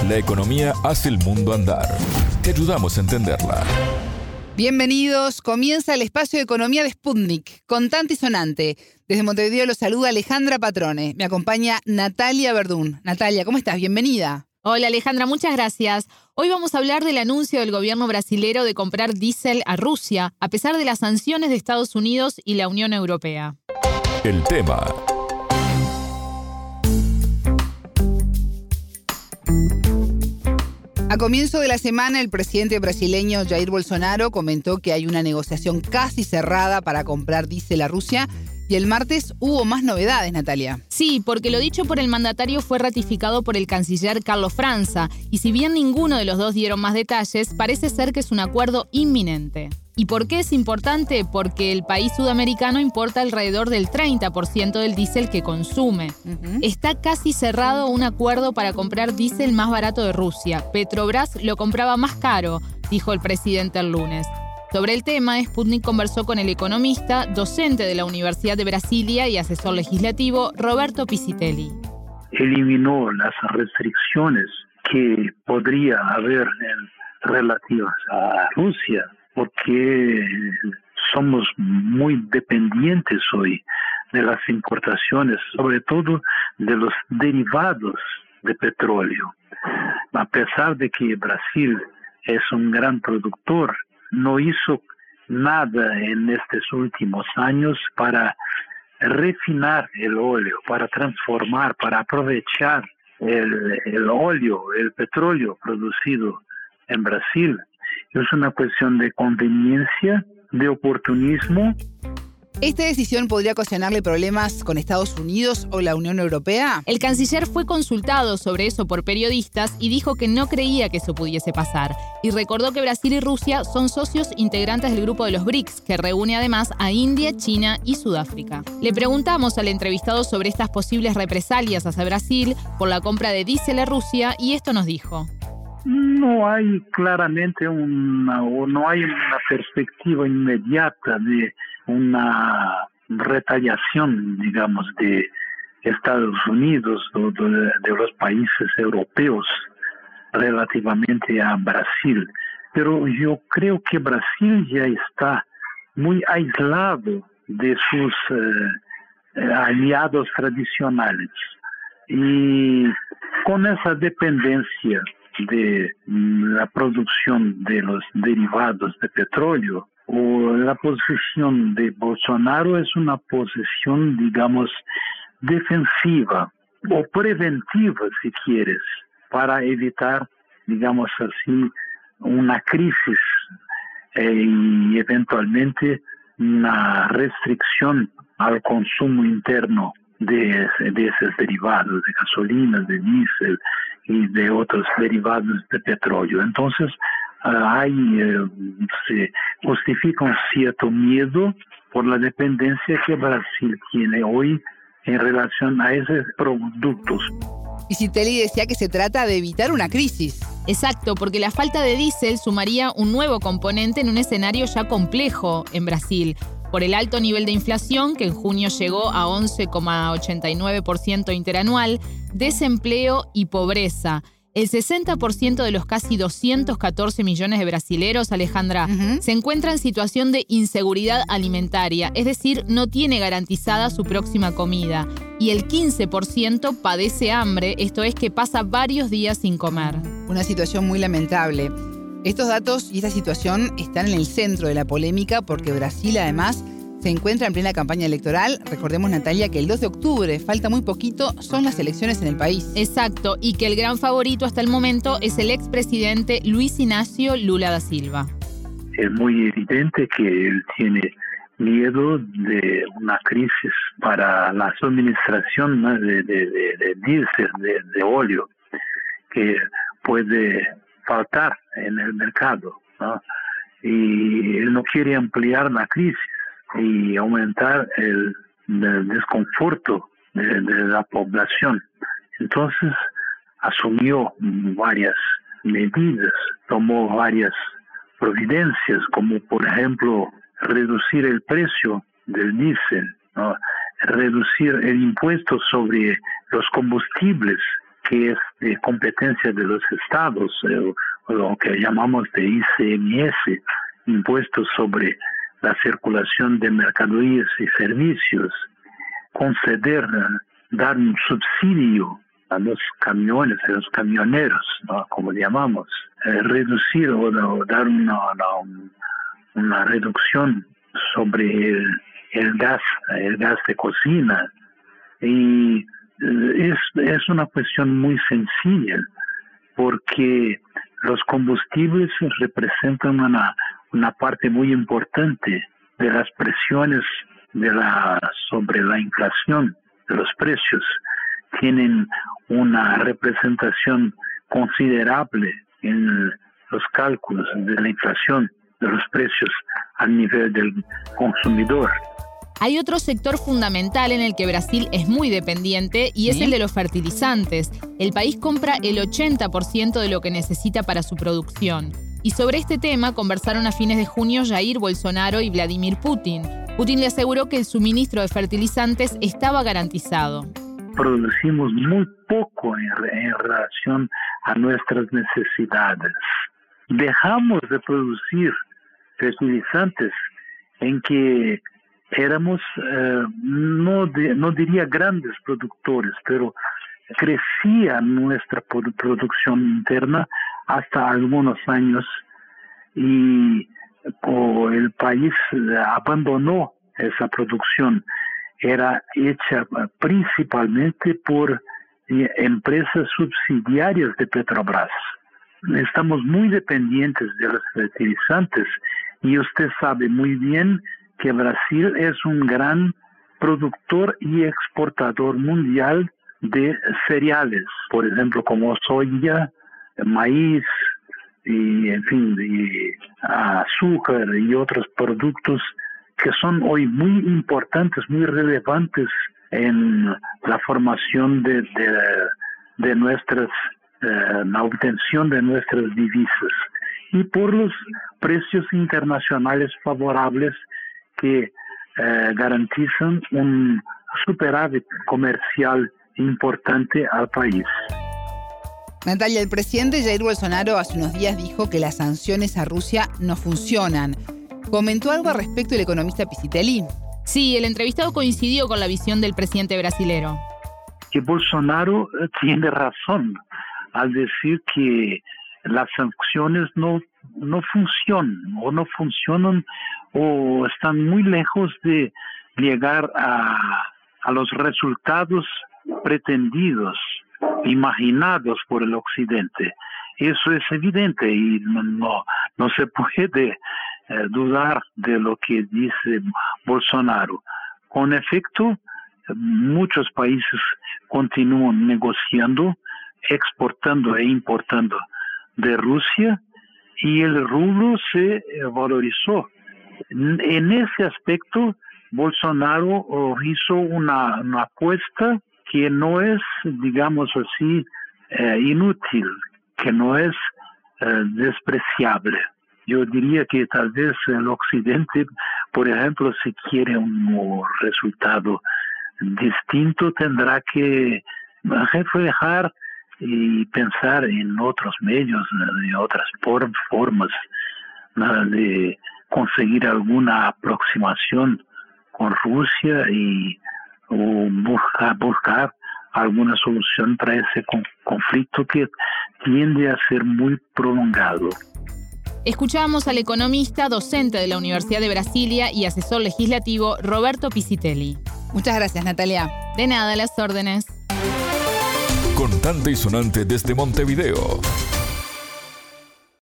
La economía hace el mundo andar. Te ayudamos a entenderla. Bienvenidos. Comienza el espacio de economía de Sputnik, contante y sonante. Desde Montevideo los saluda Alejandra Patrone. Me acompaña Natalia Verdún. Natalia, ¿cómo estás? Bienvenida. Hola Alejandra, muchas gracias. Hoy vamos a hablar del anuncio del gobierno brasilero de comprar diésel a Rusia, a pesar de las sanciones de Estados Unidos y la Unión Europea. El tema. A comienzo de la semana, el presidente brasileño Jair Bolsonaro comentó que hay una negociación casi cerrada para comprar diésel a Rusia. Y el martes hubo más novedades, Natalia. Sí, porque lo dicho por el mandatario fue ratificado por el canciller Carlos França. Y si bien ninguno de los dos dieron más detalles, parece ser que es un acuerdo inminente. ¿Y por qué es importante? Porque el país sudamericano importa alrededor del 30% del diésel que consume. Está casi cerrado un acuerdo para comprar diésel más barato de Rusia. Petrobras lo compraba más caro, dijo el presidente el lunes. Sobre el tema, Sputnik conversó con el economista, docente de la Universidad de Brasilia y asesor legislativo, Roberto Piscitelli. Eliminó las restricciones que podría haber relativas a Rusia, porque somos muy dependientes hoy de las importaciones, sobre todo de los derivados de petróleo. A pesar de que Brasil es un gran productor, no hizo nada en estos últimos años para refinar el óleo, para transformar, para aprovechar el óleo, el petróleo producido en Brasil. Es una cuestión de conveniencia, de oportunismo. ¿Esta decisión podría ocasionarle problemas con Estados Unidos o la Unión Europea? El canciller fue consultado sobre eso por periodistas y dijo que no creía que eso pudiese pasar. Y recordó que Brasil y Rusia son socios integrantes del grupo de los BRICS, que reúne además a India, China y Sudáfrica. Le preguntamos al entrevistado sobre estas posibles represalias hacia Brasil por la compra de diésel a Rusia y esto nos dijo. No hay claramente no hay una perspectiva inmediata de una retaliación, digamos, de Estados Unidos o de los países europeos relativamente a Brasil. Pero yo creo que Brasil ya está muy aislado de sus aliados tradicionales. Y con esa dependencia de la producción de los derivados de petróleo, o la posición de Bolsonaro es una posición, digamos, defensiva o preventiva, si quieres, para evitar, digamos así, una crisis y eventualmente una restricción al consumo interno de esos derivados, de gasolina, de diésel y de otros derivados de petróleo. Entonces, se justifica un cierto miedo por la dependencia que Brasil tiene hoy en relación a esos productos. Piscitelli decía que se trata de evitar una crisis. Exacto, porque la falta de diésel sumaría un nuevo componente en un escenario ya complejo en Brasil, por el alto nivel de inflación, que en junio llegó a 11,89% interanual, desempleo y pobreza. El 60% de los casi 214 millones de brasileros, Alejandra, se encuentra en situación de inseguridad alimentaria, es decir, no tiene garantizada su próxima comida. Y el 15% padece hambre, esto es que pasa varios días sin comer. Una situación muy lamentable. Estos datos y esta situación están en el centro de la polémica porque Brasil, además, se encuentra en plena campaña electoral. Recordemos, Natalia, que el 2 de octubre, falta muy poquito, son las elecciones en el país. Exacto, y que el gran favorito hasta el momento es el expresidente Luis Inácio Lula da Silva. Es muy evidente que él tiene miedo de una crisis para la suministración, ¿no?, de diésel, de óleo, que puede faltar en el mercado, ¿no? Y él no quiere ampliar la crisis y aumentar el desconforto de la población. Entonces asumió varias medidas, tomó varias providencias, como por ejemplo reducir el precio del diésel, ¿no?, reducir el impuesto sobre los combustibles que es de competencia de los estados, o lo que llamamos de ICMS, impuestos sobre la circulación de mercaderías y servicios, conceder, dar un subsidio a los camiones, a los camioneros, ¿no?, como llamamos, reducir o dar una reducción sobre el gas de cocina. Y es una cuestión muy sencilla, porque los combustibles representan una parte muy importante de las presiones sobre la inflación de los precios. Tienen una representación considerable en los cálculos de la inflación de los precios a nivel del consumidor. Hay otro sector fundamental en el que Brasil es muy dependiente y es el de los fertilizantes. El país compra el 80% de lo que necesita para su producción. Y sobre este tema conversaron a fines de junio Jair Bolsonaro y Vladimir Putin. Putin le aseguró que el suministro de fertilizantes estaba garantizado. Producimos muy poco en relación a nuestras necesidades. Dejamos de producir fertilizantes en que éramos, no diría grandes productores, pero crecía nuestra producción interna hasta algunos años y el país abandonó esa producción. Era hecha principalmente por empresas subsidiarias de Petrobras. Estamos muy dependientes de los fertilizantes y usted sabe muy bien que Brasil es un gran productor y exportador mundial de cereales, por ejemplo, como soya, maíz, y en fin, y azúcar y otros productos que son hoy muy importantes, muy relevantes en la formación de nuestras, la obtención de nuestras divisas, y por los precios internacionales favorables que garantizan un superávit comercial importante al país. Natalia, el presidente Jair Bolsonaro hace unos días dijo que las sanciones a Rusia no funcionan. ¿Comentó algo al respecto el economista Piscitelli? Sí, el entrevistado coincidió con la visión del presidente brasilero. Que Bolsonaro tiene razón al decir que las sanciones no funcionan o están muy lejos de llegar a los resultados pretendidos, imaginados por el Occidente. Eso es evidente y no se puede dudar de lo que dice Bolsonaro. Con efecto, muchos países continúan negociando, exportando e importando de Rusia, y el rublo se valorizó. En ese aspecto, Bolsonaro hizo una apuesta que no es, digamos así, inútil, que no es despreciable. Yo diría que tal vez el Occidente, por ejemplo, si quiere un resultado distinto, tendrá que reflejar y pensar en otros medios, en otras formas de conseguir alguna aproximación con Rusia o buscar alguna solución para ese conflicto que tiende a ser muy prolongado. Escuchábamos al economista, docente de la Universidad de Brasilia y asesor legislativo Roberto Piscitelli. Muchas gracias, Natalia. De nada, a las órdenes. Contante y sonante desde Montevideo.